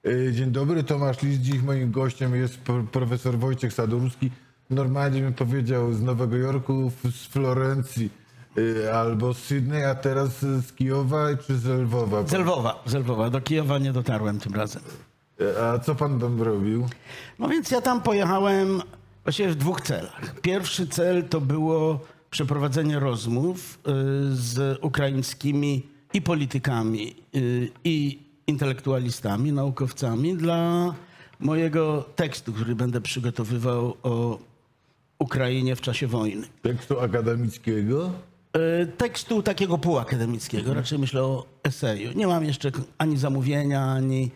Dzień dobry, Tomasz Lis. Dziś moim gościem jest profesor Wojciech Sadurski. Normalnie bym powiedział z Nowego Jorku, z Florencji albo z Sydney, a teraz z Kijowa czy z Lwowa? Z Lwowa. Do Kijowa nie dotarłem tym razem. A co pan tam robił? No więc ja tam pojechałem właściwie w dwóch celach. Pierwszy cel to było przeprowadzenie rozmów z ukraińskimi i politykami, i intelektualistami, naukowcami dla mojego tekstu, który będę przygotowywał o Ukrainie w czasie wojny. Tekstu akademickiego? Tekstu takiego półakademickiego, raczej myślę o eseju. Nie mam jeszcze ani zamówienia,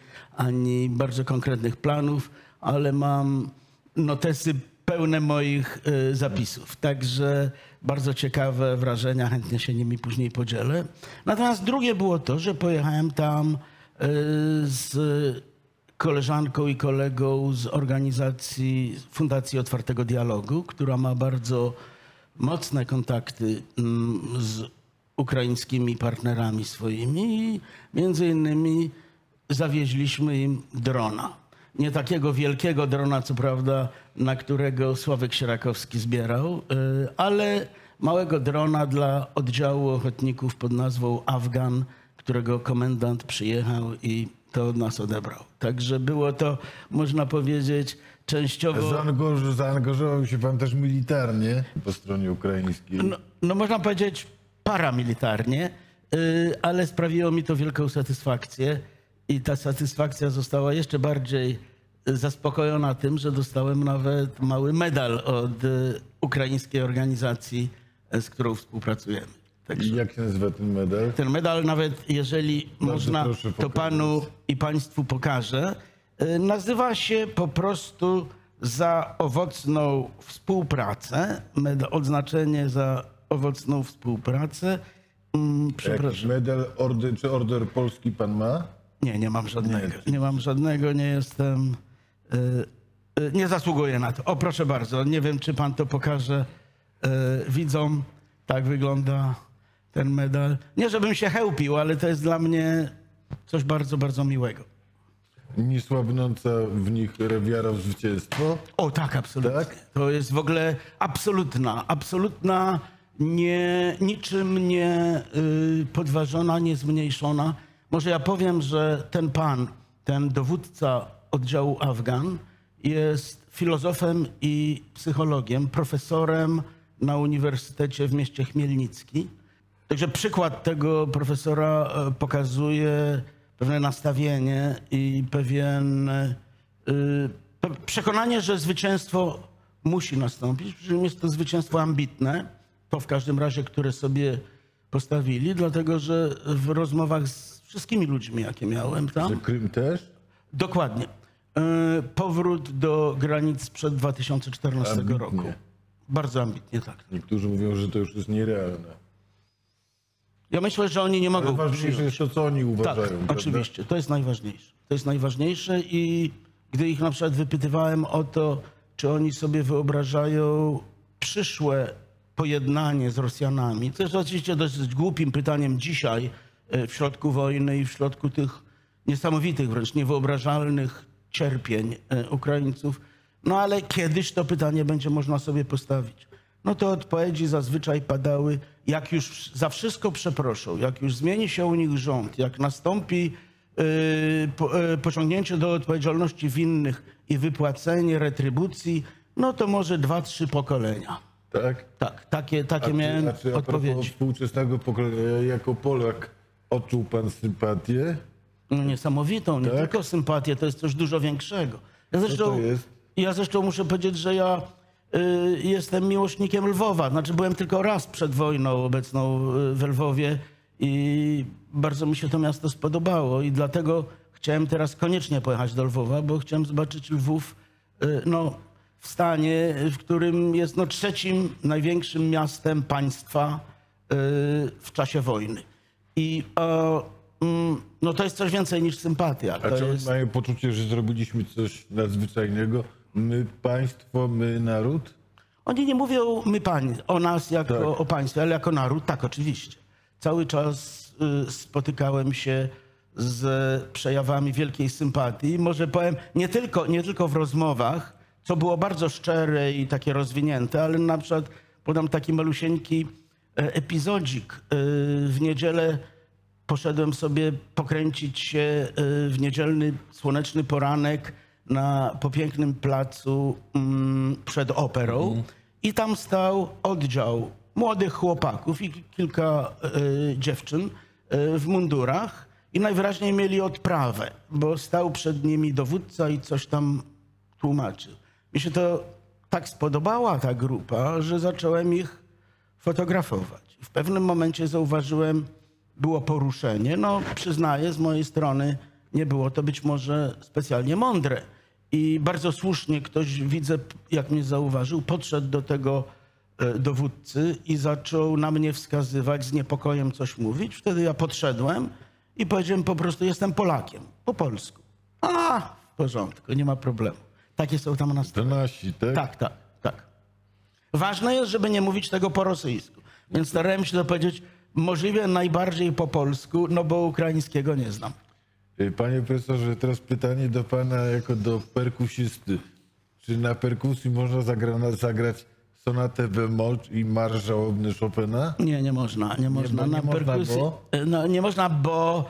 ani bardzo konkretnych planów, ale mam notesy pełne moich zapisów. Także bardzo ciekawe wrażenia, chętnie się nimi później podzielę. Natomiast drugie było to, że pojechałem tam z koleżanką i kolegą z organizacji Fundacji Otwartego Dialogu, która ma bardzo mocne kontakty z ukraińskimi partnerami swoimi i między innymi zawieźliśmy im drona. Nie takiego wielkiego drona, co prawda, na którego Sławek Sierakowski zbierał, ale małego drona dla oddziału ochotników pod nazwą Afgan, którego komendant przyjechał i to od nas odebrał. Także było to, można powiedzieć, częściowo... Zaangażował się pan też militarnie po stronie ukraińskiej. No można powiedzieć paramilitarnie, ale sprawiło mi to wielką satysfakcję i ta satysfakcja została jeszcze bardziej zaspokojona tym, że dostałem nawet mały medal od ukraińskiej organizacji, z którą współpracujemy. Także i jak się nazywa ten medal? Ten medal, nawet jeżeli można, to panu i państwu pokażę. Nazywa się po prostu za owocną współpracę. Odznaczenie za owocną współpracę. Jakiś medal, czy order polski pan ma? Nie, nie mam żadnego. Nie mam żadnego, nie jestem... Nie zasługuję na to. O, proszę bardzo, nie wiem, czy pan to pokaże widzom. Tak wygląda ten medal. Nie, żebym się chełpił, ale to jest dla mnie coś bardzo, bardzo miłego. Niesłabnąca w nich wiara w zwycięstwo? O tak, absolutnie. Tak? To jest w ogóle absolutna, niczym nie podważona, nie zmniejszona. Może ja powiem, że ten pan, ten dowódca oddziału Afgan jest filozofem i psychologiem, profesorem na Uniwersytecie w mieście Chmielnicki. Także przykład tego profesora pokazuje pewne nastawienie i przekonanie, że zwycięstwo musi nastąpić. Przy czym jest to zwycięstwo ambitne, to w każdym razie, które sobie postawili, dlatego że w rozmowach z wszystkimi ludźmi, jakie miałem tam... Że Krym też? Dokładnie. Powrót do granic przed 2014 ambitnie roku. Bardzo ambitnie, tak. Niektórzy mówią, że to już jest nierealne. Ja myślę, że oni nie mogą... Ale ważniejsze jest to, co oni uważają. Tak, oczywiście. To jest najważniejsze. To jest najważniejsze i gdy ich na przykład wypytywałem o to, czy oni sobie wyobrażają przyszłe pojednanie z Rosjanami, to jest oczywiście dosyć głupim pytaniem dzisiaj, w środku wojny i w środku tych niesamowitych, wręcz niewyobrażalnych cierpień Ukraińców. No ale kiedyś to pytanie będzie można sobie postawić. No to odpowiedzi zazwyczaj padały, jak już za wszystko przeproszą, jak już zmieni się u nich rząd, jak nastąpi pociągnięcie do odpowiedzialności winnych i wypłacenie retrybucji, no to może 2-3 pokolenia. Tak? Tak, takie miałem odpowiedzi. Współczesnego pokolenia, jako Polak odczuł pan sympatię? No niesamowitą, nie tylko sympatię, to jest coś dużo większego. Ja zresztą muszę powiedzieć, że ja jestem miłośnikiem Lwowa. Znaczy byłem tylko raz przed wojną obecną w Lwowie i bardzo mi się to miasto spodobało i dlatego chciałem teraz koniecznie pojechać do Lwowa, bo chciałem zobaczyć Lwów w stanie, w którym jest trzecim największym miastem państwa w czasie wojny. I to jest coś więcej niż sympatia. A czy oni mają poczucie, że zrobiliśmy coś nadzwyczajnego? My państwo, my naród? Oni nie mówią o nas jako o państwie, ale jako naród, tak, oczywiście. Cały czas spotykałem się z przejawami wielkiej sympatii. Może powiem, nie tylko w rozmowach, co było bardzo szczere i takie rozwinięte, ale na przykład podam taki malusieńki epizodzik. W niedzielę poszedłem sobie pokręcić się w niedzielny słoneczny poranek po pięknym placu przed operą i tam stał oddział młodych chłopaków i kilka dziewczyn w mundurach i najwyraźniej mieli odprawę, bo stał przed nimi dowódca i coś tam tłumaczył. Mi się to tak spodobała ta grupa, że zacząłem ich fotografować. W pewnym momencie zauważyłem, było poruszenie. No, przyznaję, z mojej strony nie było to być może specjalnie mądre. I bardzo słusznie ktoś, widzę, jak mnie zauważył, podszedł do tego dowódcy i zaczął na mnie wskazywać, z niepokojem coś mówić. Wtedy ja podszedłem i powiedziałem po prostu, jestem Polakiem, po polsku. A, w porządku, nie ma problemu. Takie są tam To nastroje. nasi, tak? Tak, tak, tak. Ważne jest, żeby nie mówić tego po rosyjsku. Więc starałem się to powiedzieć możliwie najbardziej po polsku, no bo ukraińskiego nie znam. Panie profesorze, teraz pytanie do pana jako do perkusisty. Czy na perkusji można zagrać sonatę bemol i marsz żałobny Chopina? Nie, nie można. Nie można. nie można, bo? No, nie można, bo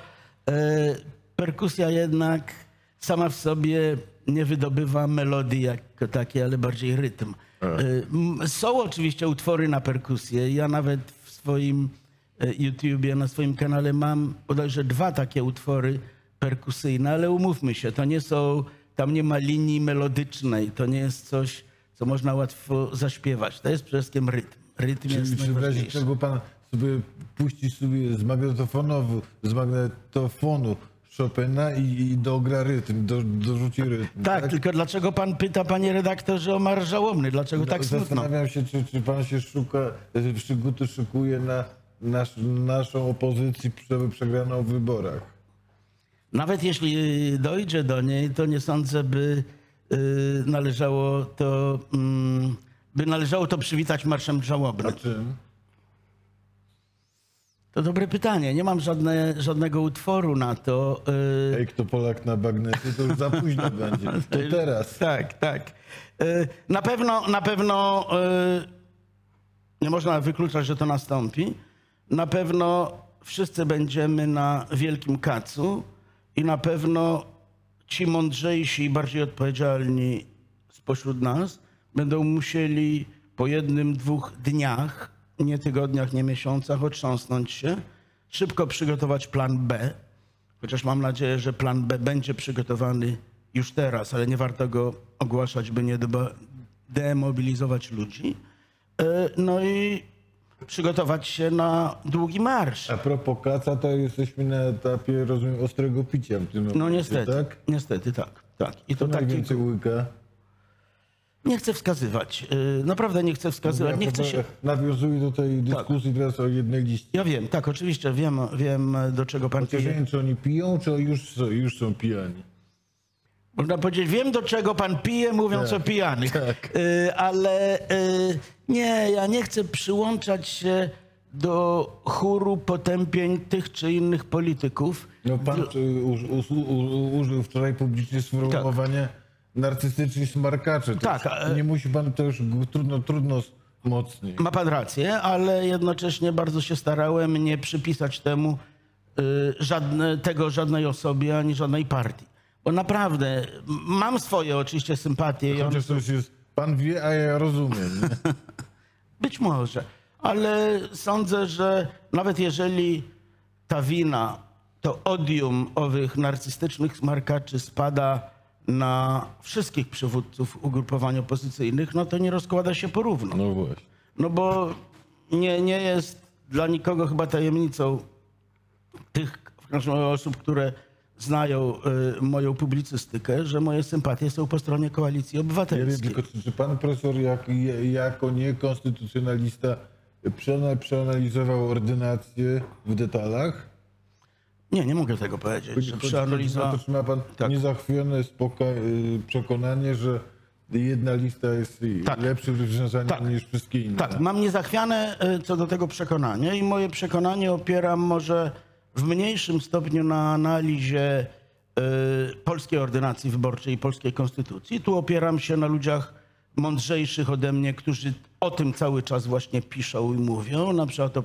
perkusja jednak sama w sobie nie wydobywa melodii jako takiej, ale bardziej rytm. Są oczywiście utwory na perkusję. Ja nawet w swoim YouTubie, na swoim kanale mam bodajże 2 takie utwory perkusyjne, ale umówmy się, to nie są, tam nie ma linii melodycznej, to nie jest coś, co można łatwo zaśpiewać. To jest przede wszystkim rytm. Rytm jest Czy w razie najważniejszy. czego pan sobie puści sobie z magnetofonu Chopina i dogra rytm, dorzuci rytm? Tak, tylko dlaczego pan pyta, panie redaktorze, o marsz żałobny? Dlaczego tak smutno? Zastanawiam się, czy pan się szykuje na naszą opozycję przegraną w wyborach. Nawet jeśli dojdzie do niej, to nie sądzę, by należało to przywitać marszem A żałobnym. czym? To dobre pytanie. Nie mam żadnego utworu na to. Jak to Polak na bagnecie, to już za późno będzie. To teraz. Tak, tak. Na pewno nie można wykluczać, że to nastąpi. Na pewno wszyscy będziemy na wielkim kacu i na pewno ci mądrzejsi i bardziej odpowiedzialni spośród nas będą musieli po 1-2 dniach, nie tygodniach, nie miesiącach otrząsnąć się, szybko przygotować plan B, chociaż mam nadzieję, że plan B będzie przygotowany już teraz, ale nie warto go ogłaszać, by nie demobilizować ludzi. No i przygotować się na długi marsz. A propos kaca, to jesteśmy na etapie, rozumiem, ostrego picia w tym momencie, No niestety, tak? niestety tak. Tak. I To to takie... najwięcej łyka. Nie chcę wskazywać. Naprawdę nie chcę wskazywać. Nie chcę się... Nawiązuję do tej dyskusji teraz o jednej liście. Ja wiem, tak, oczywiście wiem do czego pan Chociaż nie pije. wiem, czy oni piją, czy już są pijani. Można powiedzieć, wiem do czego pan pije, mówiąc o pijanych. tak. Ale nie, ja nie chcę przyłączać się do chóru potępień tych czy innych polityków. No pan użył wczoraj publicznie sformułowania narcystyczni smarkacze. To Tak, już nie musi pan też trudno mocniej. Ma pan rację, ale jednocześnie bardzo się starałem nie przypisać temu tego żadnej osobie ani żadnej partii. Bo naprawdę mam swoje oczywiście sympatie. I Chociaż to już jest, pan wie, a ja rozumiem. Nie? być może, ale sądzę, że nawet jeżeli ta wina, to odium owych narcystycznych smarkaczy spada na wszystkich przywódców ugrupowań opozycyjnych, no to nie rozkłada się porówno. No właśnie. No bo nie jest dla nikogo chyba tajemnicą tych osób, które znają moją publicystykę, że moje sympatie są po stronie Koalicji Ja wiem, Obywatelskiej. tylko czy pan profesor jako niekonstytucjonalista przeanalizował ordynację w detalach? Nie mogę tego powiedzieć, że przeanalizowałem. Czy ma pan Tak. niezachwione przekonanie, że jedna lista jest lepszym rozwiązaniem Tak. niż wszystkie inne? Tak, mam niezachwiane co do tego przekonanie i moje przekonanie opieram może w mniejszym stopniu na analizie polskiej ordynacji wyborczej i polskiej konstytucji. Tu opieram się na ludziach mądrzejszych ode mnie, którzy o tym cały czas właśnie piszą i mówią. Na przykład o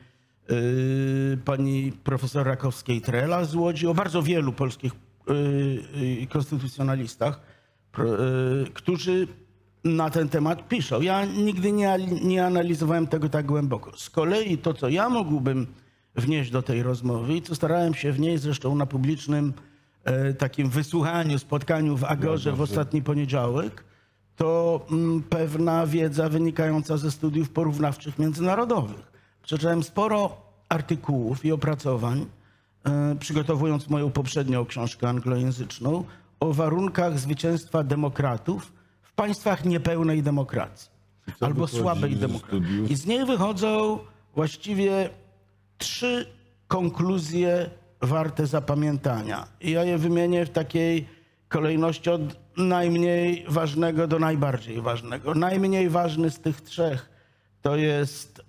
pani profesor Rakowskiej-Trela z Łodzi, o bardzo wielu polskich konstytucjonalistach, którzy na ten temat piszą. Ja nigdy nie analizowałem tego tak głęboko. Z kolei to, co ja mógłbym wnieść do tej rozmowy i co starałem się wnieść zresztą na publicznym takim wysłuchaniu, spotkaniu w Agorze w ostatni poniedziałek, to pewna wiedza wynikająca ze studiów porównawczych międzynarodowych. Przeczytałem sporo artykułów i opracowań, przygotowując moją poprzednią książkę anglojęzyczną, o warunkach zwycięstwa demokratów w państwach niepełnej demokracji albo słabej demokracji. I z niej wychodzą właściwie 3 konkluzje warte zapamiętania. I ja je wymienię w takiej kolejności od najmniej ważnego do najbardziej ważnego. Najmniej ważny z tych 3 to jest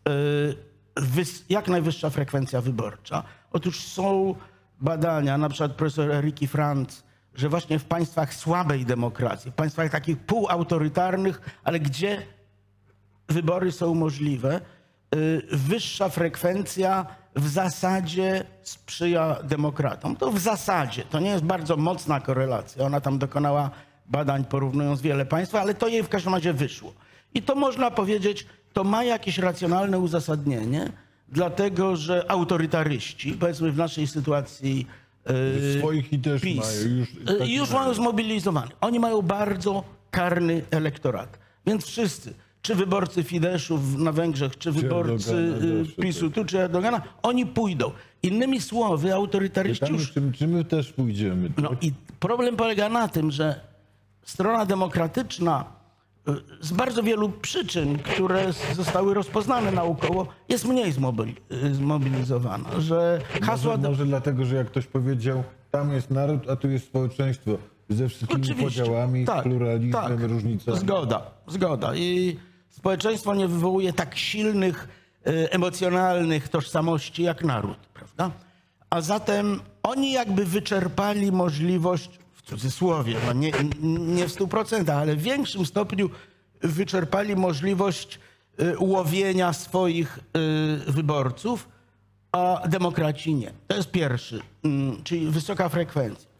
jak najwyższa frekwencja wyborcza. Otóż są badania, na przykład profesor Eriki Franz, że właśnie w państwach słabej demokracji, w państwach takich półautorytarnych, ale gdzie wybory są możliwe, wyższa frekwencja w zasadzie sprzyja demokratom. To w zasadzie, to nie jest bardzo mocna korelacja. Ona tam dokonała badań porównując wiele państw, ale to jej w każdym razie wyszło. I to można powiedzieć, to ma jakieś racjonalne uzasadnienie, dlatego że autorytaryści, powiedzmy w naszej sytuacji Swoich i też PiS, mają już mają zmobilizowany. Oni mają bardzo karny elektorat. Więc wszyscy, czy wyborcy Fideszu na Węgrzech, czy wyborcy Erdogana, PiS-u tu, czy Erdogana, oni pójdą. Innymi słowy, autorytaryści pytanie, już... czy my też pójdziemy? No i problem polega na tym, że strona demokratyczna z bardzo wielu przyczyn, które zostały rozpoznane naukowo, jest mniej zmobilizowana. Że hasła... Może dlatego, że jak ktoś powiedział, tam jest naród, a tu jest społeczeństwo ze wszystkimi Oczywiście. podziałami, Tak, pluralizmem, różnicami. Zgoda. I społeczeństwo nie wywołuje tak silnych, emocjonalnych tożsamości jak naród, prawda? A zatem oni jakby wyczerpali możliwość, w cudzysłowie, no nie w 100%, ale w większym stopniu wyczerpali możliwość łowienia swoich wyborców, a demokraci nie. To jest pierwszy, czyli wysoka frekwencja.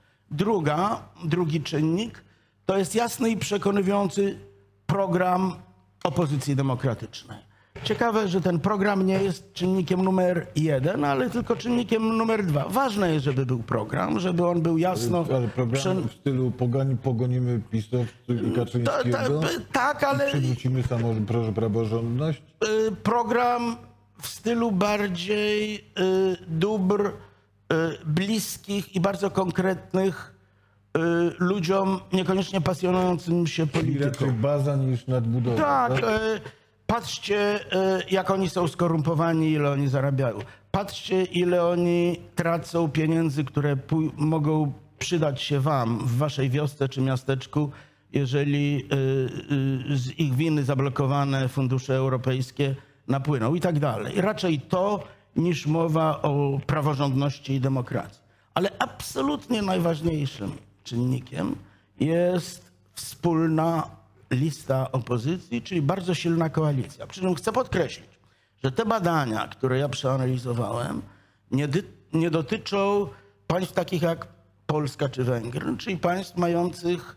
Drugi czynnik to jest jasny i przekonujący program opozycji demokratycznej. Ciekawe, że ten program nie jest czynnikiem numer 1, ale tylko czynnikiem numer 2. Ważne jest, żeby był program, żeby on był jasno... Ale program w stylu pogonimy pisowców i Kaczyńskiego? Tak, ale... Przywrócimy praworządność? Program w stylu bardziej dóbr bliskich i bardzo konkretnych ludziom niekoniecznie pasjonującym się Czyli polityką. raczej baza niż nadbudowa. Tak, patrzcie, jak oni są skorumpowani, ile oni zarabiają. Patrzcie, ile oni tracą pieniędzy, które mogą przydać się wam w waszej wiosce czy miasteczku, jeżeli z ich winy zablokowane fundusze europejskie napłyną i tak dalej. Raczej to niż mowa o praworządności i demokracji. Ale absolutnie najważniejszym czynnikiem jest wspólna lista opozycji, czyli bardzo silna koalicja. Przy czym chcę podkreślić, że te badania, które ja przeanalizowałem, nie dotyczą państw takich jak Polska czy Węgry, czyli państw mających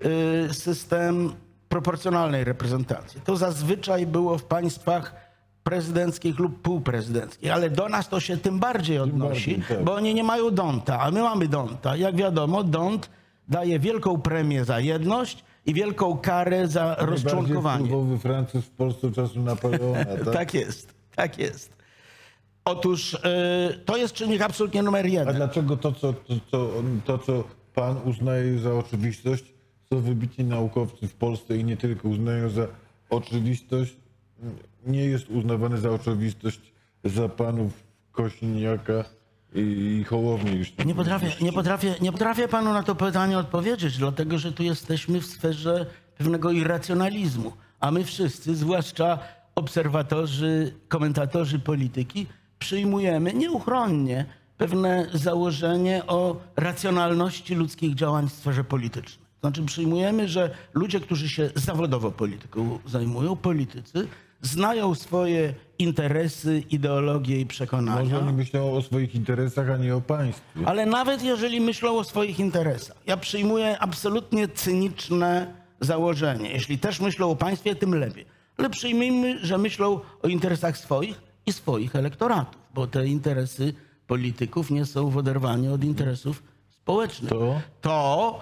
system proporcjonalnej reprezentacji. To zazwyczaj było w państwach prezydenckich lub półprezydenckich, ale do nas to się tym bardziej odnosi, tak. bo oni nie mają D'Hondta, a my mamy D'Hondta. Jak wiadomo, D'Hondt daje wielką premię za jedność i wielką karę za rozczłonkowanie. Najbardziej Francuz w Polsce czasu Napoleona, tak? Tak jest. Otóż to jest czynnik absolutnie numer 1. A dlaczego to, co pan uznaje za oczywistość, co wybitni naukowcy w Polsce i nie tylko uznają za oczywistość, nie jest uznawane za oczywistość za panów Kosiniaka i Hołowni? Nie potrafię panu na to pytanie odpowiedzieć, dlatego że tu jesteśmy w sferze pewnego irracjonalizmu, a my wszyscy, zwłaszcza obserwatorzy, komentatorzy polityki, przyjmujemy nieuchronnie pewne założenie o racjonalności ludzkich działań w sferze politycznej. Znaczy przyjmujemy, że ludzie, którzy się zawodowo polityką zajmują, politycy, znają swoje interesy, ideologie i przekonania. Może oni myślą o swoich interesach, a nie o państwie. Ale nawet jeżeli myślą o swoich interesach, ja przyjmuję absolutnie cyniczne założenie. Jeśli też myślą o państwie, tym lepiej. Ale przyjmijmy, że myślą o interesach swoich i swoich elektoratów, bo te interesy polityków nie są w oderwaniu od interesów społecznych. To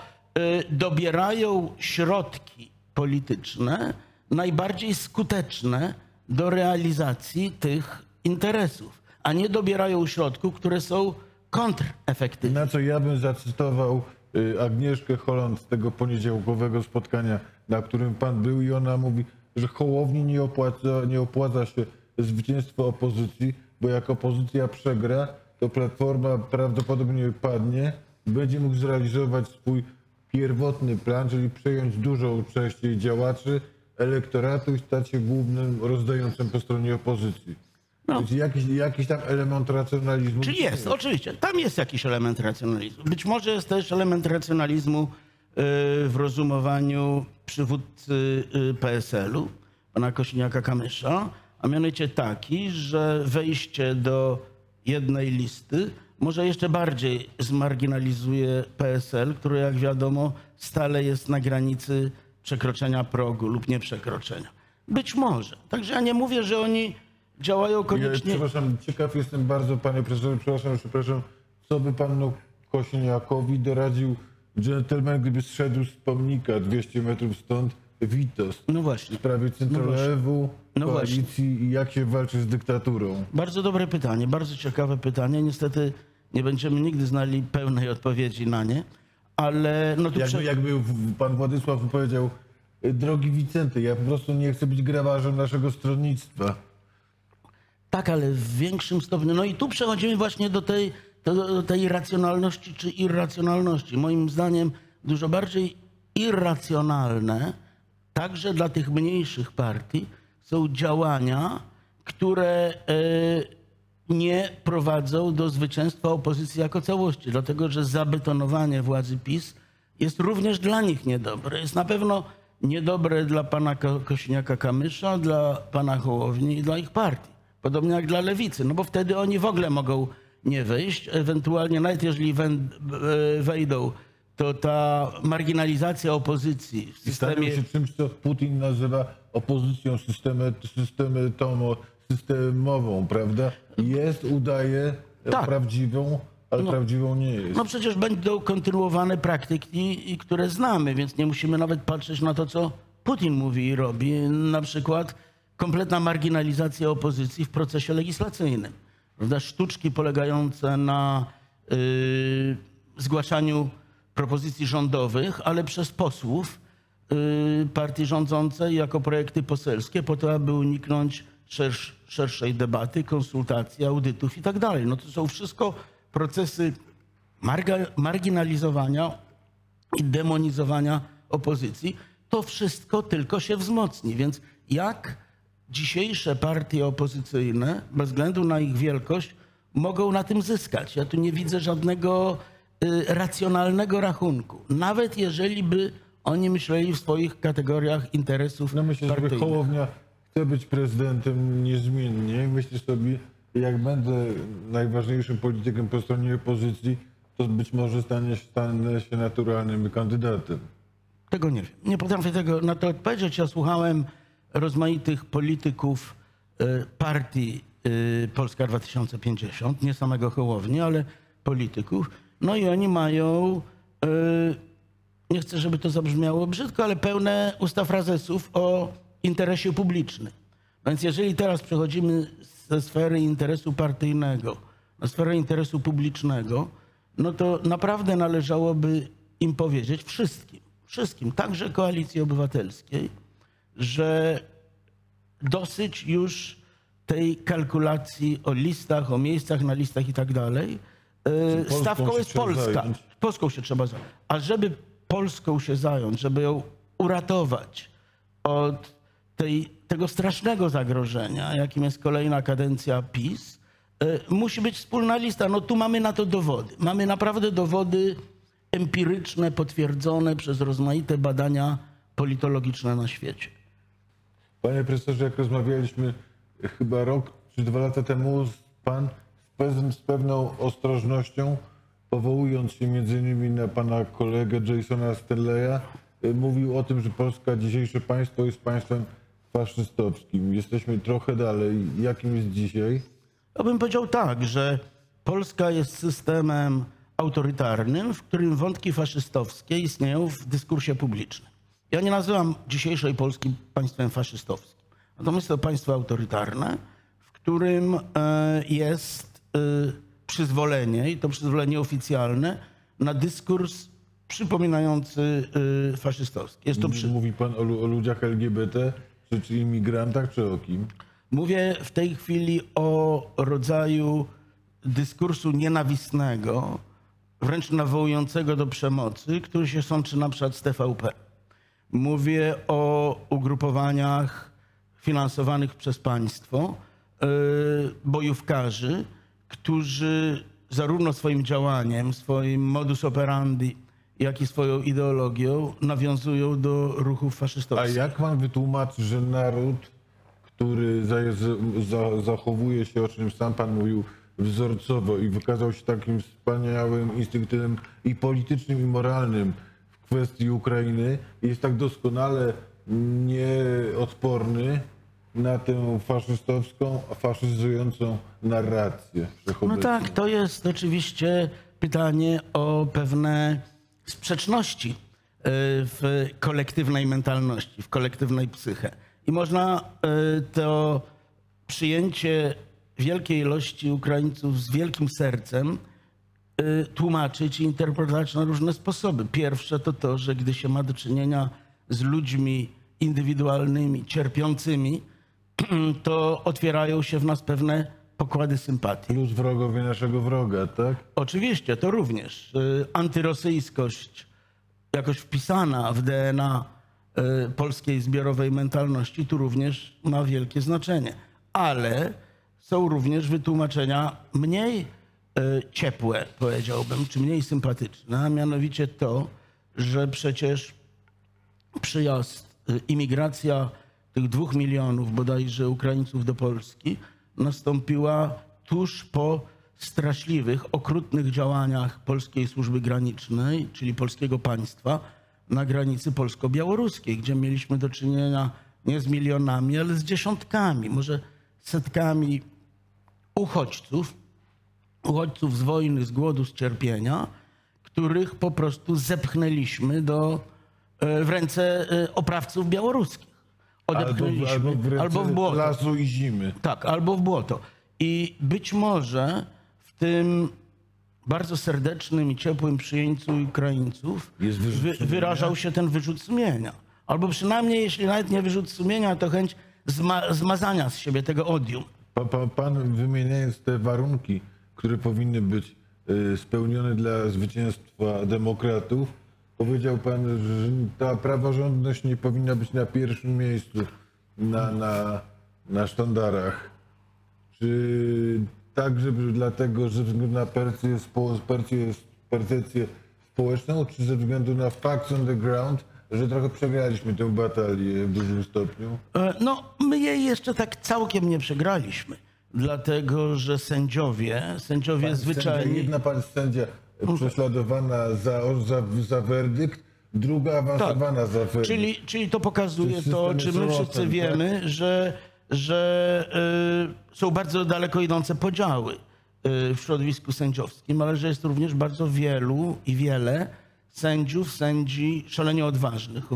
dobierają środki polityczne najbardziej skuteczne do realizacji tych interesów, a nie dobierają środków, które są kontrefektywne. Na co ja bym zacytował Agnieszkę Holland z tego poniedziałkowego spotkania, na którym pan był, i ona mówi, że Hołowni nie opłaca się zwycięstwo opozycji, bo jak opozycja przegra, to Platforma prawdopodobnie padnie, będzie mógł zrealizować swój pierwotny plan, czyli przejąć dużą część jej działaczy, elektoratu i stać się głównym rozdającym po stronie opozycji. No. Więc jakiś tam element racjonalizmu. Czyli jest, oczywiście. Tam jest jakiś element racjonalizmu. Być może jest też element racjonalizmu w rozumowaniu przywódcy PSL-u, pana Kosiniaka-Kamysza, a mianowicie taki, że wejście do jednej listy może jeszcze bardziej zmarginalizuje PSL, który, jak wiadomo, stale jest na granicy przekroczenia progu lub nieprzekroczenia. Być może. Także ja nie mówię, że oni działają koniecznie... Przepraszam, ciekaw jestem bardzo, panie profesorze, przepraszam, co by pan Kosiniakowi doradził dżentelmen, gdyby zszedł z pomnika 200 metrów stąd Witos No właśnie. w sprawie centrolewu, No koalicji i jak się walczy z dyktaturą? Bardzo dobre pytanie, bardzo ciekawe pytanie. Niestety nie będziemy nigdy znali pełnej odpowiedzi na nie, ale... No tu Jakby pan Władysław powiedział, drogi Wicenty, ja po prostu nie chcę być grabarzem naszego stronnictwa. Tak, ale w większym stopniu. No i tu przechodzimy właśnie do tej racjonalności czy irracjonalności. Moim zdaniem dużo bardziej irracjonalne, także dla tych mniejszych partii, są działania, które nie prowadzą do zwycięstwa opozycji jako całości. Dlatego, że zabetonowanie władzy PiS jest również dla nich niedobre. Jest na pewno niedobre dla pana Kosiniaka-Kamysza, dla pana Hołowni i dla ich partii. Podobnie jak dla Lewicy, no bo wtedy oni w ogóle mogą nie wejść. Ewentualnie nawet jeżeli wejdą, to ta marginalizacja opozycji w systemie... Stają się czymś, co Putin nazywa opozycją systemową, prawda? Jest, udaje Tak. prawdziwą, ale prawdziwą nie jest. No przecież będą kontynuowane praktyki, które znamy, więc nie musimy nawet patrzeć na to, co Putin mówi i robi. Na przykład kompletna marginalizacja opozycji w procesie legislacyjnym. Prawda? Sztuczki polegające na zgłaszaniu propozycji rządowych, ale przez posłów partii rządzącej jako projekty poselskie po to, aby uniknąć szerszej debaty, konsultacji, audytów i tak dalej. No to są wszystko procesy marginalizowania i demonizowania opozycji. To wszystko tylko się wzmocni. Więc jak dzisiejsze partie opozycyjne, bez względu na ich wielkość, mogą na tym zyskać? Ja tu nie widzę żadnego racjonalnego rachunku. Nawet jeżeli by oni myśleli w swoich kategoriach interesów No myślę, że partyjnych. Hołownia chce być prezydentem niezmiennie. Myślę sobie, jak będę najważniejszym politykiem po stronie opozycji, to być może stanę się naturalnym kandydatem. Tego nie wiem. Nie potrafię tego na to odpowiedzieć. Ja słuchałem rozmaitych polityków partii Polska 2050, nie samego Hołowni, ale polityków. No i oni mają, nie chcę, żeby to zabrzmiało brzydko, ale pełne usta frazesów o interesie publicznym. Więc jeżeli teraz przechodzimy ze sfery interesu partyjnego na sferę interesu publicznego, no to naprawdę należałoby im powiedzieć wszystkim, także Koalicji Obywatelskiej, że dosyć już tej kalkulacji o listach, o miejscach na listach i tak dalej. Stawką jest Polska. Polską się trzeba zająć. A żeby Polską się zająć, żeby ją uratować od tego strasznego zagrożenia, jakim jest kolejna kadencja PiS, Musi być wspólna lista. No tu mamy na to dowody. Mamy naprawdę dowody empiryczne, potwierdzone przez rozmaite badania politologiczne na świecie. Panie profesorze, jak rozmawialiśmy chyba rok czy 2 lata temu, pan z pewną ostrożnością, powołując się między innymi na pana kolegę Jasona Sterleya, mówił o tym, że Polska, dzisiejsze państwo jest państwem faszystowskim. Jesteśmy trochę dalej. Jakim jest dzisiaj? Ja bym powiedział tak, że Polska jest systemem autorytarnym, w którym wątki faszystowskie istnieją w dyskursie publicznym. Ja nie nazywam dzisiejszej Polski państwem faszystowskim. Natomiast to państwo autorytarne, w którym jest przyzwolenie, i to przyzwolenie oficjalne, na dyskurs przypominający faszystowski. Jest to Mówi pan o ludziach LGBT, czy imigrantach, czy o kim? Mówię w tej chwili o rodzaju dyskursu nienawistnego, wręcz nawołującego do przemocy, który się sączy na przykład z TVP. Mówię o ugrupowaniach finansowanych przez państwo, bojówkarzy, którzy zarówno swoim działaniem, swoim modus operandi, jak i swoją ideologią nawiązują do ruchów A faszystowskich. jak pan wytłumaczy, że naród, który zachowuje się, o czym sam pan mówił, wzorcowo i wykazał się takim wspaniałym instynktywem i politycznym, i moralnym w kwestii Ukrainy, jest tak doskonale nieodporny na tę faszystowską, faszyzującą narrację No wszechobecną? tak, to jest oczywiście pytanie o pewne sprzeczności w kolektywnej mentalności, w kolektywnej psyche. I można to przyjęcie wielkiej ilości Ukraińców z wielkim sercem tłumaczyć i interpretować na różne sposoby. Pierwsze to to, że gdy się ma do czynienia z ludźmi indywidualnymi, cierpiącymi, to otwierają się w nas pewne pokłady sympatii. Plus wrogowie naszego wroga, tak? Oczywiście, to również antyrosyjskość jakoś wpisana w DNA polskiej zbiorowej mentalności tu również ma wielkie znaczenie. Ale są również wytłumaczenia mniej ciepłe, powiedziałbym, czy mniej sympatyczne, a mianowicie to, że przecież przyjazd, imigracja tych 2 milionów bodajże Ukraińców do Polski nastąpiła tuż po straszliwych, okrutnych działaniach polskiej służby granicznej, czyli polskiego państwa, na granicy polsko-białoruskiej, gdzie mieliśmy do czynienia nie z milionami, ale z dziesiątkami, może setkami uchodźców z wojny, z głodu, z cierpienia, których po prostu zepchnęliśmy w ręce oprawców białoruskich. Odepchnęliśmy albo w błoto. lasu i zimy. Tak, albo w błoto. I być może w tym bardzo serdecznym i ciepłym przyjęciu Ukraińców Jest wyrzut sumienia? wyrażał się ten wyrzut sumienia. Albo przynajmniej, jeśli nawet nie wyrzut sumienia, to chęć zmazania z siebie tego odium. Pan wymieniając te warunki, które powinny być spełnione dla zwycięstwa demokratów, powiedział pan, że ta praworządność nie powinna być na pierwszym miejscu na sztandarach. Czy także dlatego, że ze względu na percepcję społeczną, czy ze względu na facts on the ground, że trochę przegraliśmy tę batalię w dużym stopniu? No, my jej jeszcze tak całkiem nie przegraliśmy, dlatego że sędziowie zwyczajnie... Jedna pani sędzia prześladowana za werdykt, druga awansowana za werdykt. Czyli to pokazuje System to, jest czy my wszyscy rotem, wiemy, że są bardzo daleko idące podziały w środowisku sędziowskim, ale że jest również bardzo wiele sędzi szalenie odważnych,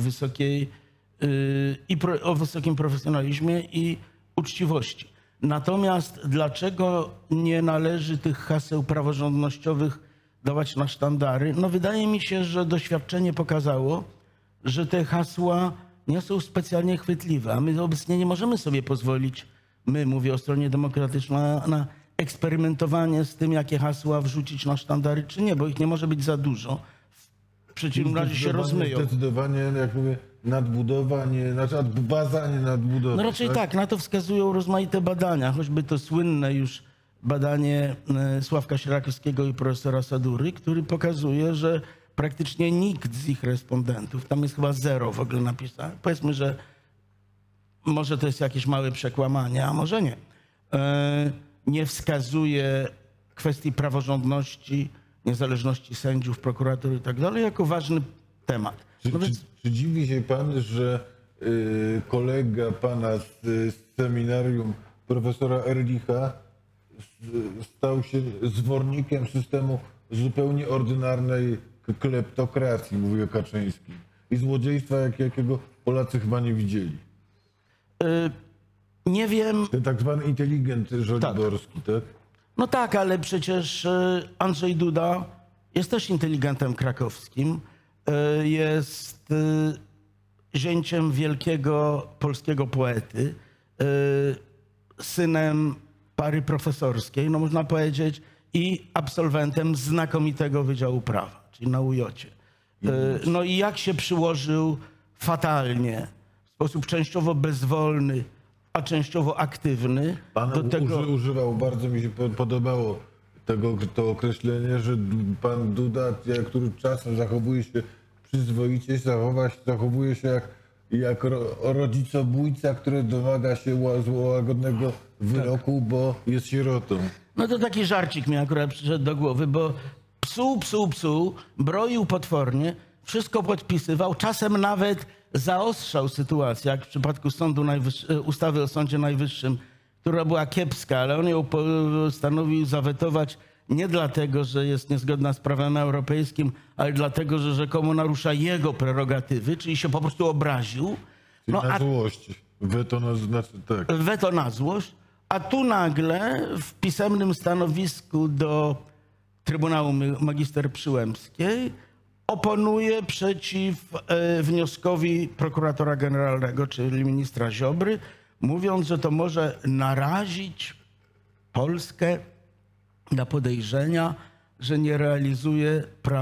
o wysokim profesjonalizmie i uczciwości. Natomiast dlaczego nie należy tych haseł praworządnościowych dawać na sztandary? No wydaje mi się, że doświadczenie pokazało, że te hasła nie są specjalnie chwytliwe, a my obecnie nie możemy sobie pozwolić, mówię o stronie demokratycznej, na eksperymentowanie z tym, jakie hasła wrzucić na sztandary, czy nie, bo ich nie może być za dużo. W przeciwnym razie się rozmyją. Zdecydowanie, jak mówię, nadbudowa, baza, a nie nadbudowa. No raczej tak, na to wskazują rozmaite badania, choćby to słynne już badanie Sławka Sierakowskiego i profesora Sadury, który pokazuje, że praktycznie nikt z ich respondentów, tam jest chyba 0 w ogóle napisane, powiedzmy, że może to jest jakieś małe przekłamanie, a może nie, nie wskazuje kwestii praworządności, niezależności sędziów, prokuratur i tak dalej jako ważny temat. No więc Czy dziwi się pan, że kolega pana z seminarium profesora Erlicha stał się zwornikiem systemu zupełnie ordynarnej kleptokracji, mówi o Kaczyńskim, i złodziejstwa, jakiego Polacy chyba nie widzieli? nie wiem, Ten tak zwany inteligent żoliborski, tak? no tak, ale przecież Andrzej Duda jest też inteligentem krakowskim, jest zięciem wielkiego polskiego poety, synem pary profesorskiej, no można powiedzieć, i absolwentem znakomitego Wydziału Prawa, czyli na UJ-cie. No i jak się przyłożył fatalnie, w sposób częściowo bezwolny, a częściowo aktywny Pan do tego... używał, bardzo mi się podobało to określenie, że pan Duda, który czasem zachowuje się przyzwoicie, zachowuje się jak rodzicobójca, który domaga się łagodnego wyroku, bo jest sierotą. No to taki żarcik mi akurat przyszedł do głowy, bo psuł, broił potwornie, wszystko podpisywał, czasem nawet zaostrzał sytuację, jak w przypadku ustawy o Sądzie Najwyższym, która była kiepska, ale on ją postanowił zawetować nie dlatego, że jest niezgodna z prawem europejskim, ale dlatego, że rzekomo narusza jego prerogatywy, czyli się po prostu obraził. Czyli na złość. Weto na złość. A tu nagle w pisemnym stanowisku do Trybunału Magister Przyłębskiej oponuje przeciw wnioskowi prokuratora generalnego, czyli ministra Ziobry, mówiąc, że to może narazić Polskę na podejrzenia, że nie realizuje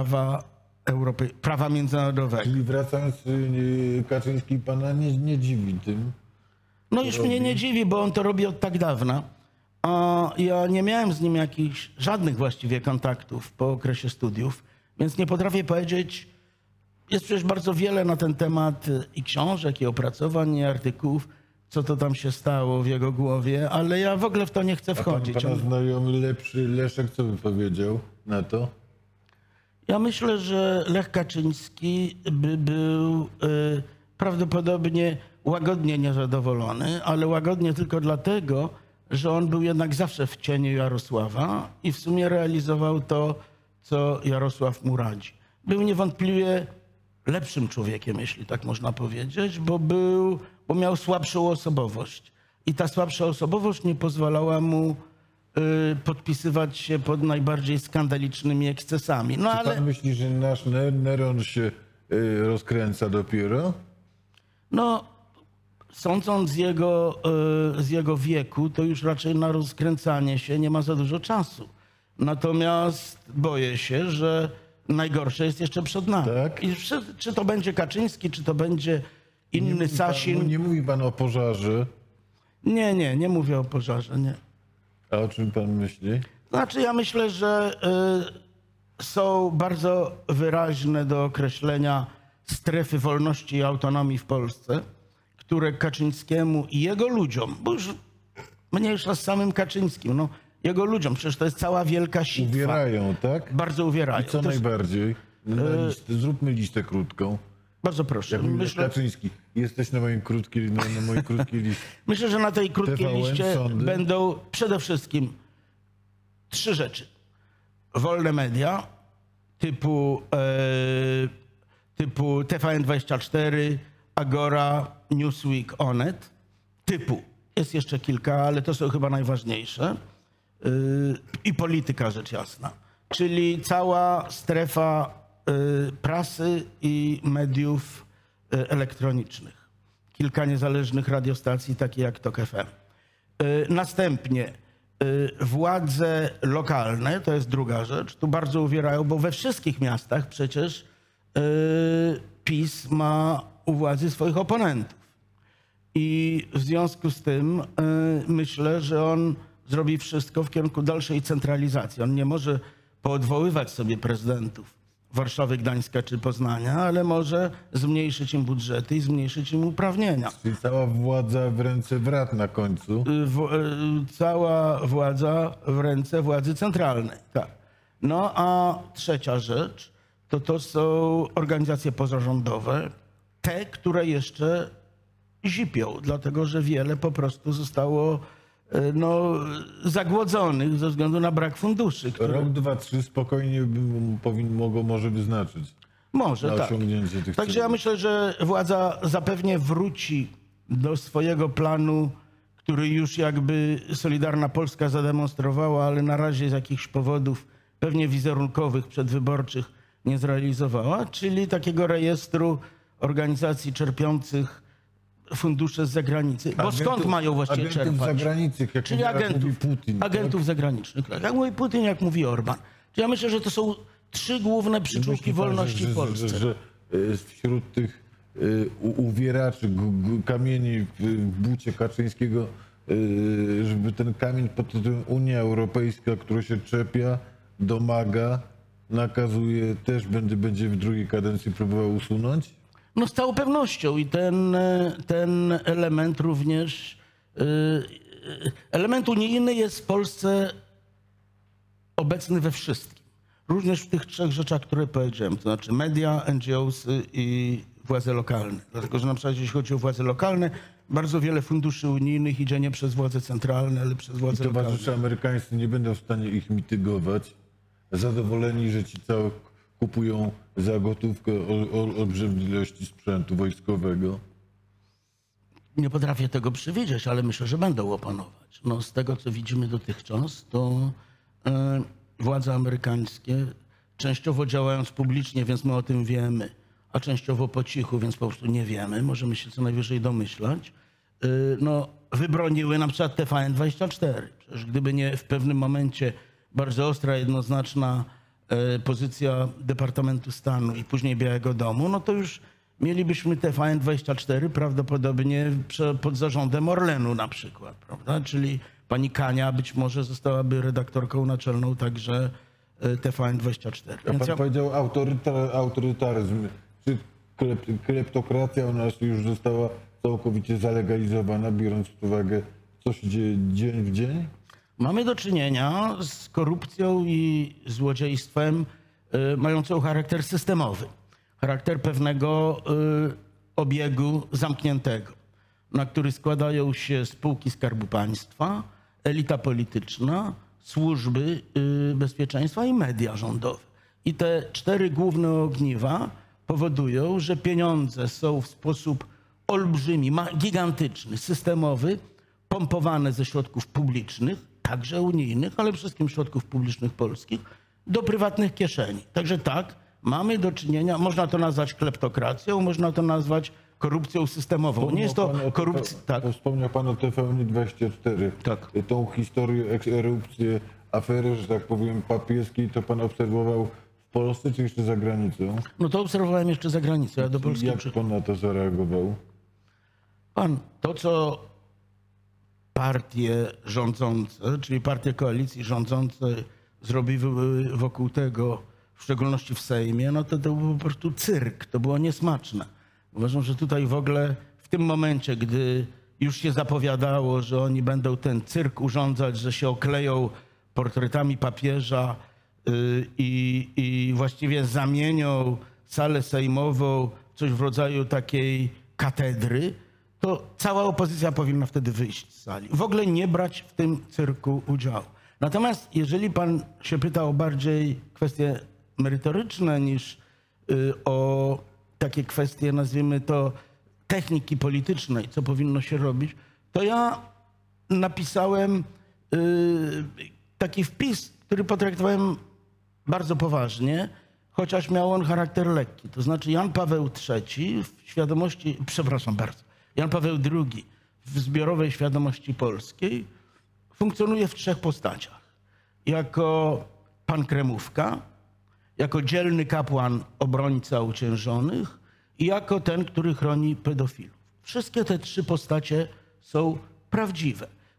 prawa międzynarodowego. Czyli wracając, Kaczyński pana nie dziwi tym. No już mnie nie dziwi, bo on to robi od tak dawna. A ja nie miałem z nim jakichś, żadnych właściwie kontaktów po okresie studiów, więc nie potrafię powiedzieć. Jest przecież bardzo wiele na ten temat i książek, i opracowań, i artykułów, co to tam się stało w jego głowie, ale ja w ogóle w to nie chcę wchodzić. Pana znajomy lepszy Leszek co by powiedział na to? Ja myślę, że Lech Kaczyński by był prawdopodobnie łagodnie niezadowolony, ale łagodnie tylko dlatego, że on był jednak zawsze w cieniu Jarosława i w sumie realizował to, co Jarosław mu radzi. Był niewątpliwie lepszym człowiekiem, jeśli tak można powiedzieć, bo miał słabszą osobowość. I ta słabsza osobowość nie pozwalała mu podpisywać się pod najbardziej skandalicznymi ekscesami. No, Czy pan myśli, że nasz Neron się rozkręca dopiero? No, sądząc z jego wieku, to już raczej na rozkręcanie się nie ma za dużo czasu. Natomiast boję się, że najgorsze jest jeszcze przed nami. Tak? I czy to będzie Kaczyński, czy to będzie inny Sasin. Nie mówi pan o pożarze. Nie mówię o pożarze, nie. A o czym pan myśli? Znaczy ja myślę, że są bardzo wyraźne do określenia strefy wolności i autonomii w Polsce, które Kaczyńskiemu i jego ludziom, bo już mniejsza z samym Kaczyńskim, no, jego ludziom, przecież to jest cała wielka sitwa. Uwierają, tak? Bardzo uwierają. I co najbardziej? Zróbmy listę krótką. Bardzo proszę. Kaczyński, jesteś na mojej krótkiej liście. Myślę, że na tej krótkiej TVN, liście sądy. będą przede wszystkim 3 rzeczy. Wolne media typu TVN24, Agora, Newsweek, Onet. Jest jeszcze kilka, ale to są chyba najważniejsze. I polityka, rzecz jasna. Czyli cała strefa prasy i mediów elektronicznych. Kilka niezależnych radiostacji, takie jak TOK FM. Następnie władze lokalne, to jest druga rzecz, tu bardzo uwierają, bo we wszystkich miastach przecież PiS ma u władzy swoich oponentów. I w związku z tym myślę, że on zrobi wszystko w kierunku dalszej centralizacji. On nie może poodwoływać sobie prezydentów Warszawy, Gdańska czy Poznania, ale może zmniejszyć im budżety i zmniejszyć im uprawnienia. Czyli cała władza w ręce wrat na końcu. Cała władza w ręce władzy centralnej. Tak. No a trzecia rzecz to są organizacje pozarządowe, te, które jeszcze zipią, dlatego że wiele po prostu zostało zagłodzonych ze względu na brak funduszy. Rok, 2, 3 spokojnie mogło może wyznaczyć Może, na tak. osiągnięcie tych Także ja celów. myślę, że władza zapewnie wróci do swojego planu, który już jakby Solidarna Polska zademonstrowała, ale na razie z jakichś powodów, pewnie wizerunkowych, przedwyborczych, nie zrealizowała, czyli takiego rejestru organizacji czerpiących fundusze z zagranicy. Bo skąd mają właściwie agentów czerpać? zagranicznych, jak Czyli mówi Putin. agentów zagranicznych. Tak. Jak mówi Putin, jak mówi Orban. Czyli ja myślę, że to są trzy główne przyczółki Myśli pan, wolności w Polsce. że wśród tych uwieraczy, kamieni w bucie Kaczyńskiego, żeby ten kamień pod tytułem Unia Europejska, która się czepia, domaga, nakazuje, też będzie w drugiej kadencji próbował usunąć? No z całą pewnością i ten element również, element unijny jest w Polsce obecny we wszystkim. Również w tych trzech rzeczach, które powiedziałem, to znaczy media, NGOs i władze lokalne. Dlatego, że na przykład jeśli chodzi o władze lokalne, bardzo wiele funduszy unijnych idzie nie przez władze centralne, ale przez władze lokalne. Towarzysze amerykańscy nie będą w stanie ich mitygować. Zadowoleni, że ci całe kupują za gotówkę olbrzymie ilości sprzętu wojskowego. Nie potrafię tego przewidzieć, ale myślę, że będą opanować. No, z tego, co widzimy dotychczas, to władze amerykańskie, częściowo działając publicznie, więc my o tym wiemy, a częściowo po cichu, więc po prostu nie wiemy, możemy się co najwyżej domyślać, wybroniły na przykład TVN24. Przecież gdyby nie w pewnym momencie bardzo ostra, jednoznaczna pozycja Departamentu Stanu i później Białego Domu, no to już mielibyśmy TVN24 prawdopodobnie pod zarządem Orlenu na przykład, prawda? Czyli pani Kania być może zostałaby redaktorką naczelną także TVN24. A pan powiedział autorytaryzm. Czy kleptokracja u nas już została całkowicie zalegalizowana, biorąc pod uwagę, co się dzieje dzień w dzień? Mamy do czynienia z korupcją i złodziejstwem mającą charakter systemowy. Charakter pewnego obiegu zamkniętego, na który składają się spółki Skarbu Państwa, elita polityczna, służby bezpieczeństwa i media rządowe. I te cztery główne ogniwa powodują, że pieniądze są w sposób olbrzymi, gigantyczny, systemowy, pompowane ze środków publicznych, także unijnych, ale przede wszystkim środków publicznych polskich, do prywatnych kieszeni. Także tak, mamy do czynienia, można to nazwać kleptokracją, można to nazwać korupcją systemową. Nie jest to korupcja. Tak. Wspomniał pan o TVN24. Tak. Tą historię, erupcję, aferę, że tak powiem, papieskiej, to pan obserwował w Polsce czy jeszcze za granicą? No to obserwowałem jeszcze za granicą. Ja do Polski Jak pan na to zareagował? Pan, to co partie rządzące, czyli partie koalicji rządzące zrobiły wokół tego, w szczególności w Sejmie, no to był po prostu cyrk, to było niesmaczne. Uważam, że tutaj w ogóle w tym momencie, gdy już się zapowiadało, że oni będą ten cyrk urządzać, że się okleją portretami papieża i właściwie zamienią salę sejmową w coś w rodzaju takiej katedry, to cała opozycja powinna wtedy wyjść z sali. W ogóle nie brać w tym cyrku udziału. Natomiast jeżeli pan się pyta o bardziej kwestie merytoryczne niż o takie kwestie, nazwijmy to, techniki politycznej, co powinno się robić, to ja napisałem taki wpis, który potraktowałem bardzo poważnie, chociaż miał on charakter lekki. To znaczy Jan Paweł III w świadomości, przepraszam bardzo, Jan Paweł II w zbiorowej świadomości polskiej funkcjonuje w trzech postaciach. Jako pan Kremówka, jako dzielny kapłan obrońca uciężonych i jako ten, który chroni pedofilów. Wszystkie te trzy postacie są prawdziwe.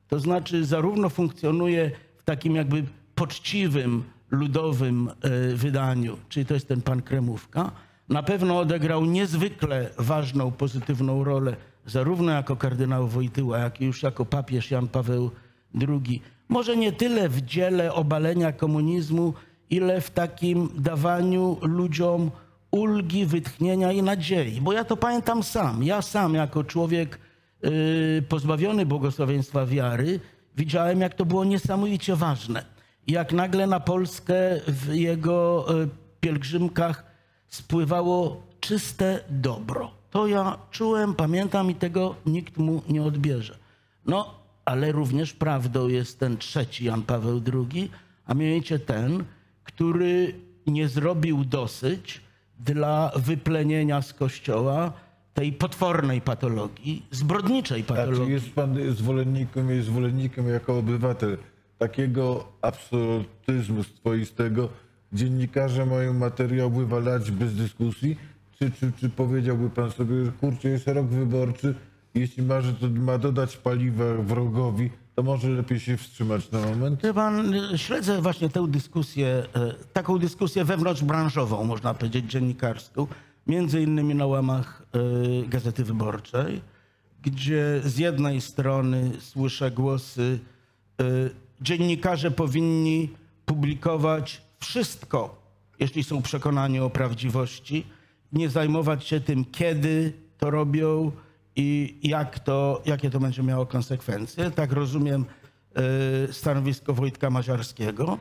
To znaczy zarówno funkcjonuje w takim jakby poczciwym, ludowym wydaniu, czyli to jest ten pan Kremówka. Na pewno odegrał niezwykle ważną, pozytywną rolę zarówno jako kardynał Wojtyła, jak i już jako papież Jan Paweł II. Może nie tyle w dziele obalenia komunizmu, ile w takim dawaniu ludziom ulgi, wytchnienia i nadziei. Bo ja to pamiętam sam. Ja sam jako człowiek pozbawiony błogosławieństwa wiary widziałem, jak to było niesamowicie ważne. Jak nagle na Polskę w jego pielgrzymkach spływało czyste dobro. To ja czułem, pamiętam i tego nikt mu nie odbierze. No, ale również prawdą jest ten trzeci Jan Paweł II, a mianowicie ten, który nie zrobił dosyć dla wyplenienia z Kościoła tej potwornej patologii, zbrodniczej A czy patologii. jest pan zwolennikiem jako obywatel takiego absolutyzmu swoistego? Dziennikarze mają materiały walać bez dyskusji? Czy powiedziałby pan sobie, że kurczę, jest rok wyborczy, jeśli ma dodać paliwa wrogowi, to może lepiej się wstrzymać na moment? Wie pan, śledzę właśnie tę dyskusję, taką dyskusję wewnątrzbranżową, można powiedzieć, dziennikarską, między innymi na łamach Gazety Wyborczej, gdzie z jednej strony słyszę głosy, dziennikarze powinni publikować wszystko, jeśli są przekonani o prawdziwości, nie zajmować się tym, kiedy to robią i jakie to będzie miało konsekwencje. Tak rozumiem stanowisko Wojtka Maziarskiego.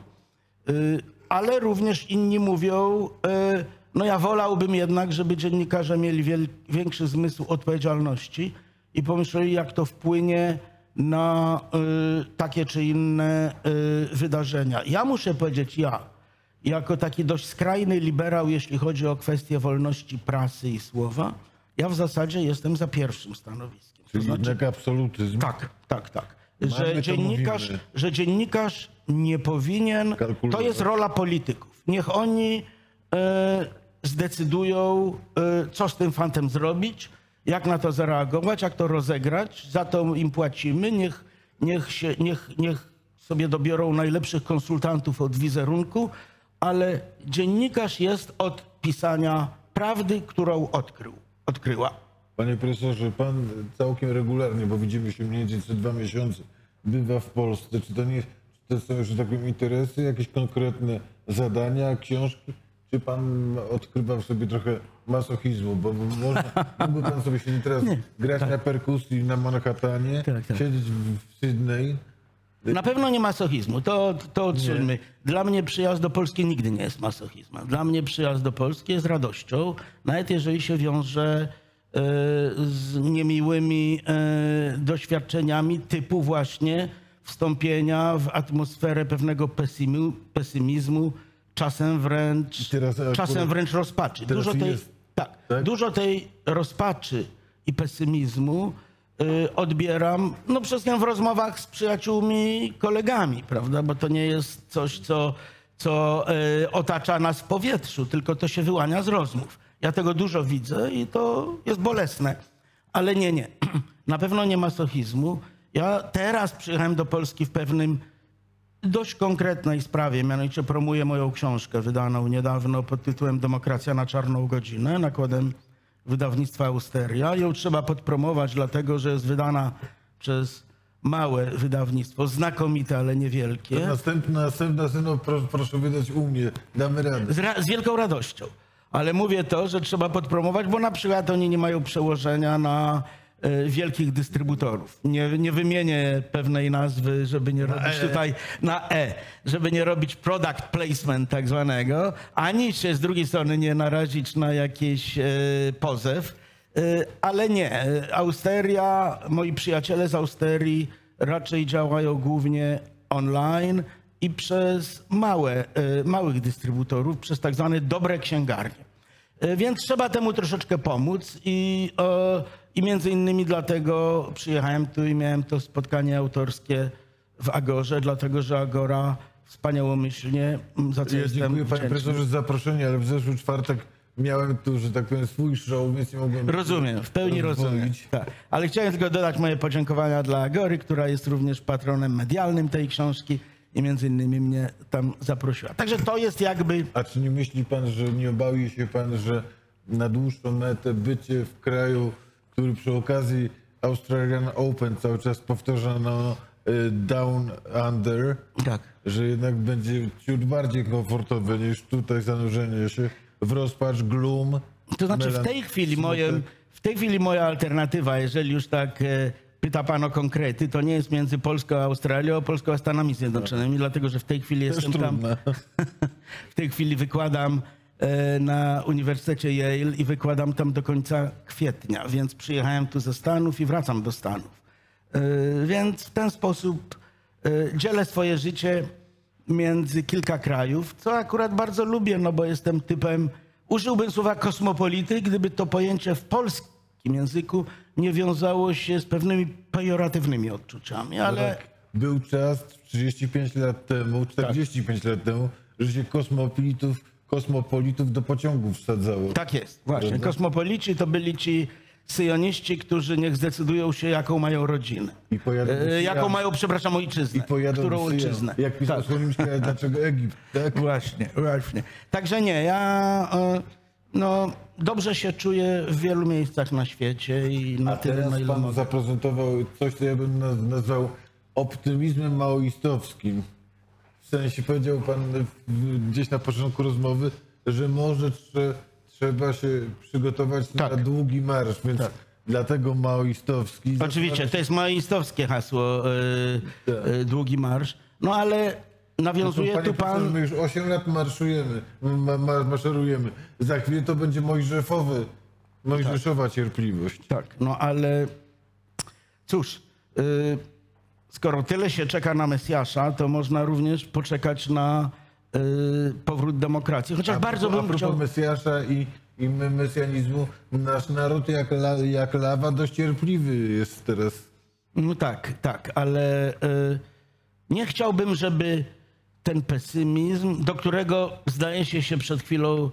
Ale również inni mówią, no ja wolałbym jednak, żeby dziennikarze mieli większy zmysł odpowiedzialności i pomyśleli, jak to wpłynie na takie czy inne wydarzenia. Ja muszę powiedzieć, jako taki dość skrajny liberał, jeśli chodzi o kwestię wolności prasy i słowa, ja w zasadzie jestem za pierwszym stanowiskiem. Czyli jednak absolutyzm. Tak. Mamy to mówimy. Że dziennikarz nie powinien... Kalkulować. To jest rola polityków. Niech oni zdecydują, co z tym fantem zrobić, jak na to zareagować, jak to rozegrać. Za to im płacimy. Niech sobie dobiorą najlepszych konsultantów od wizerunku, ale dziennikarz jest od pisania prawdy, którą odkryła. Panie profesorze, pan całkiem regularnie, bo widzimy się mniej więcej co 2 miesiące, bywa w Polsce. Czy to są, że tak powiem, interesy, jakieś konkretne zadania, książki? Czy pan odkrywa w sobie trochę masochizmu? Bo mógłby pan sobie się teraz grać na perkusji na Manhattanie, Tak. siedzieć w Sydney. Na pewno nie masochizmu, to odsuńmy. Dla mnie przyjazd do Polski nigdy nie jest masochizmem. Dla mnie przyjazd do Polski jest radością, nawet jeżeli się wiąże z niemiłymi doświadczeniami typu właśnie wstąpienia w atmosferę pewnego pesymizmu, czasem wręcz rozpaczy. Dużo tej rozpaczy i pesymizmu odbieram przede wszystkim w rozmowach z przyjaciółmi, kolegami, prawda? Bo to nie jest coś, co otacza nas w powietrzu, tylko to się wyłania z rozmów. Ja tego dużo widzę i to jest bolesne. Ale nie. Na pewno nie masochizmu. Ja teraz przyjechałem do Polski w pewnym dość konkretnej sprawie, mianowicie promuję moją książkę wydaną niedawno pod tytułem Demokracja na czarną godzinę, nakładem wydawnictwa Austeria. Ją trzeba podpromować, dlatego że jest wydana przez małe wydawnictwo, znakomite, ale niewielkie. To następną proszę wydać u mnie, damy radę. Z wielką radością. Ale mówię to, że trzeba podpromować, bo na przykład oni nie mają przełożenia na wielkich dystrybutorów. Nie wymienię pewnej nazwy, żeby nie robić tutaj żeby nie robić product placement tak zwanego, ani się z drugiej strony nie narazić na jakiś pozew. Ale nie. Austeria, moi przyjaciele z Austerii raczej działają głównie online i przez małych dystrybutorów, przez tak zwane dobre księgarnie. Więc trzeba temu troszeczkę pomóc i między innymi dlatego przyjechałem tu i miałem to spotkanie autorskie w Agorze, dlatego że Agora wspaniałomyślnie, za co jestem Dziękuję panie wdzięczny. profesorze za zaproszenie, ale w zeszły czwartek miałem tu, że tak powiem, swój show, więc nie mogłem... Rozumiem, w pełni rozumiem. rozwoić. Tak. Ale chciałem tylko dodać moje podziękowania dla Agory, która jest również patronem medialnym tej książki i między innymi mnie tam zaprosiła. Także to jest jakby... A czy nie myśli pan, że nie obawia się pan, że na dłuższą metę bycie w kraju, który przy okazji Australian Open cały czas powtarzano Down Under, Tak. że jednak będzie ciut bardziej komfortowe niż tutaj zanurzenie się w rozpacz, gloom. To znaczy w tej chwili moja alternatywa, jeżeli już tak pyta pan o konkrety, to nie jest między Polską a Australią, a Polską a Stanami Zjednoczonymi, dlatego że w tej chwili Też jestem tam. trudne. W tej chwili wykładam na Uniwersytecie Yale i wykładam tam do końca kwietnia, więc przyjechałem tu ze Stanów i wracam do Stanów. Więc w ten sposób dzielę swoje życie między kilka krajów, co akurat bardzo lubię, no bo jestem typem, użyłbym słowa kosmopolity, gdyby to pojęcie w polskim języku nie wiązało się z pewnymi pejoratywnymi odczuciami, ale... Tak, był czas 35 lat temu, 45 lat temu, że się kosmopolitów do pociągów wsadzało. Tak jest, właśnie. Prawda? Kosmopolici to byli ci syjoniści, którzy niech zdecydują się, jaką mają rodzinę. I pojadą do Jaką Syjan. mają, przepraszam, ojczyznę. I pojadą Którą do Syjan. ojczyznę. Jak pisał Tak. Słonimski, ale dlaczego Egipt, tak? Właśnie, właśnie. Także nie, ja no, dobrze się czuję w wielu miejscach na świecie i na A tyle, teraz na ile pan mogę. zaprezentował coś, co ja bym nazwał optymizmem maoistowskim. W sensie powiedział pan gdzieś na początku rozmowy, że może trzeba się przygotować na Tak. długi marsz, więc Tak. dlatego maoistowski. Oczywiście, to jest maoistowskie hasło, długi marsz. No ale nawiązuje Panie tu profesorze, pan... my już 8 lat marszujemy, maszerujemy. Za chwilę to będzie mojżeszowa cierpliwość. Tak, no ale cóż, skoro tyle się czeka na Mesjasza, to można również poczekać na powrót demokracji. Chociaż bardzo A bym propos chciał... Mesjasza i mesjanizmu, nasz naród jak lawa dość cierpliwy jest teraz. No tak, tak, ale nie chciałbym, żeby ten pesymizm, do którego zdaje się przed chwilą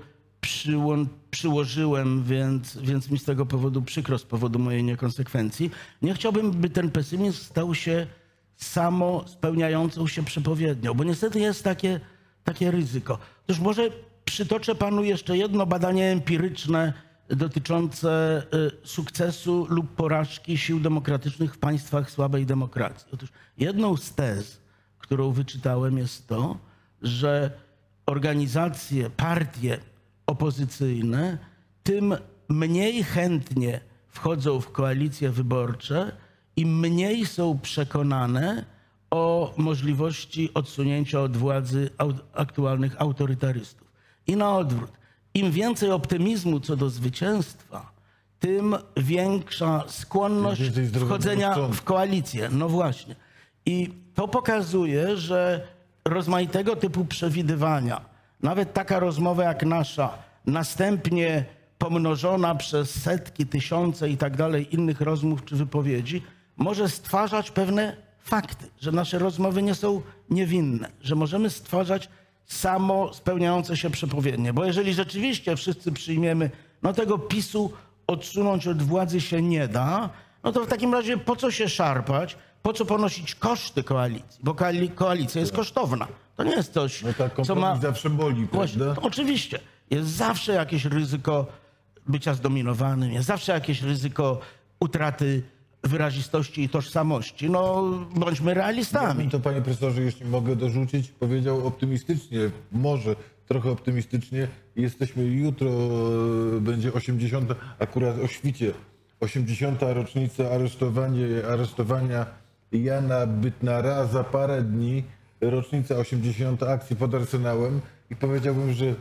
przyłożyłem, więc mi z tego powodu przykro, z powodu mojej niekonsekwencji, nie chciałbym, by ten pesymizm stał się samo spełniającą się przepowiednią, bo niestety jest takie ryzyko. Otóż może przytoczę panu jeszcze jedno badanie empiryczne dotyczące sukcesu lub porażki sił demokratycznych w państwach słabej demokracji. Otóż jedną z tez, którą wyczytałem, jest to, że organizacje, partie opozycyjne tym mniej chętnie wchodzą w koalicje wyborcze i mniej są przekonane o możliwości odsunięcia od władzy aktualnych autorytarystów. I na odwrót. Im więcej optymizmu co do zwycięstwa, tym większa skłonność Więcej zdrowego wchodzenia rozsądku. w koalicję. No właśnie. I to pokazuje, że rozmaitego typu przewidywania, nawet taka rozmowa jak nasza, następnie pomnożona przez setki, tysiące i tak dalej innych rozmów czy wypowiedzi, może stwarzać pewne fakty, że nasze rozmowy nie są niewinne, że możemy stwarzać samo spełniające się przepowiednie. Bo jeżeli rzeczywiście wszyscy przyjmiemy, no tego PiS-u odsunąć od władzy się nie da, no to w takim razie po co się szarpać, po co ponosić koszty koalicji? Bo koalicja jest kosztowna. To nie jest coś, No tak, co ma... kompromis zawsze boli, Właśnie, prawda? oczywiście. Jest zawsze jakieś ryzyko bycia zdominowanym, jest zawsze jakieś ryzyko utraty wyrazistości i tożsamości. No, bądźmy realistami. I to, panie profesorze, jeśli mogę dorzucić, powiedział optymistycznie, może trochę optymistycznie. Jesteśmy jutro, będzie 80, akurat o świcie, 80. rocznica aresztowania Jana Bytnara, za parę dni rocznica 80. akcji pod Arsenałem i powiedziałbym, że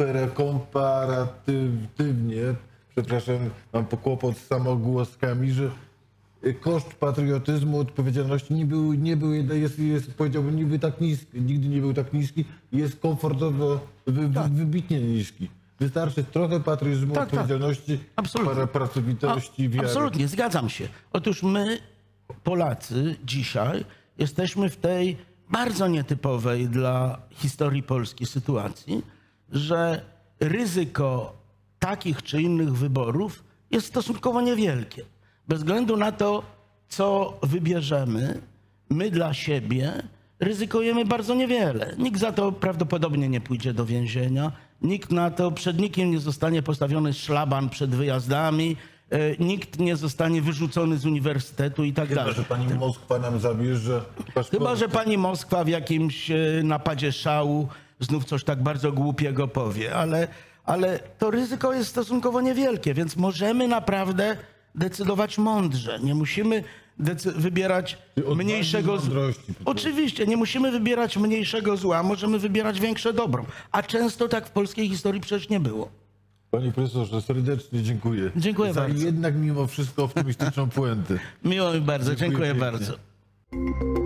komparatywnie, przepraszam, mam kłopot z samogłoskami, że koszt patriotyzmu, odpowiedzialności powiedziałbym, niby tak niski, nigdy nie był tak niski, jest komfortowo, wybitnie niski. Wystarczy trochę patriotyzmu, Tak, odpowiedzialności, Absolutnie. pracowitości, wiary. Absolutnie, zgadzam się. Otóż my, Polacy, dzisiaj jesteśmy w tej bardzo nietypowej dla historii Polski sytuacji, że ryzyko takich czy innych wyborów jest stosunkowo niewielkie. Bez względu na to, co wybierzemy, my dla siebie ryzykujemy bardzo niewiele. Nikt za to prawdopodobnie nie pójdzie do więzienia, nikt na to, przed nikim nie zostanie postawiony szlaban przed wyjazdami, nikt nie zostanie wyrzucony z uniwersytetu i tak Chyba, dalej. że pani Moskwa nam zabierze paszport. Chyba, że pani Moskwa w jakimś napadzie szału znów coś tak bardzo głupiego powie, ale to ryzyko jest stosunkowo niewielkie, więc możemy naprawdę decydować mądrze. Nie musimy wybierać odwagi mniejszego mądrości po prostu. Oczywiście, nie musimy wybierać mniejszego zła, możemy wybierać większe dobro. A często tak w polskiej historii przecież nie było. Panie profesorze, serdecznie dziękuję. Dziękuję za bardzo. jednak mimo wszystko optymistyczną puentę. Miło mi bardzo, dziękuję pięknie. bardzo.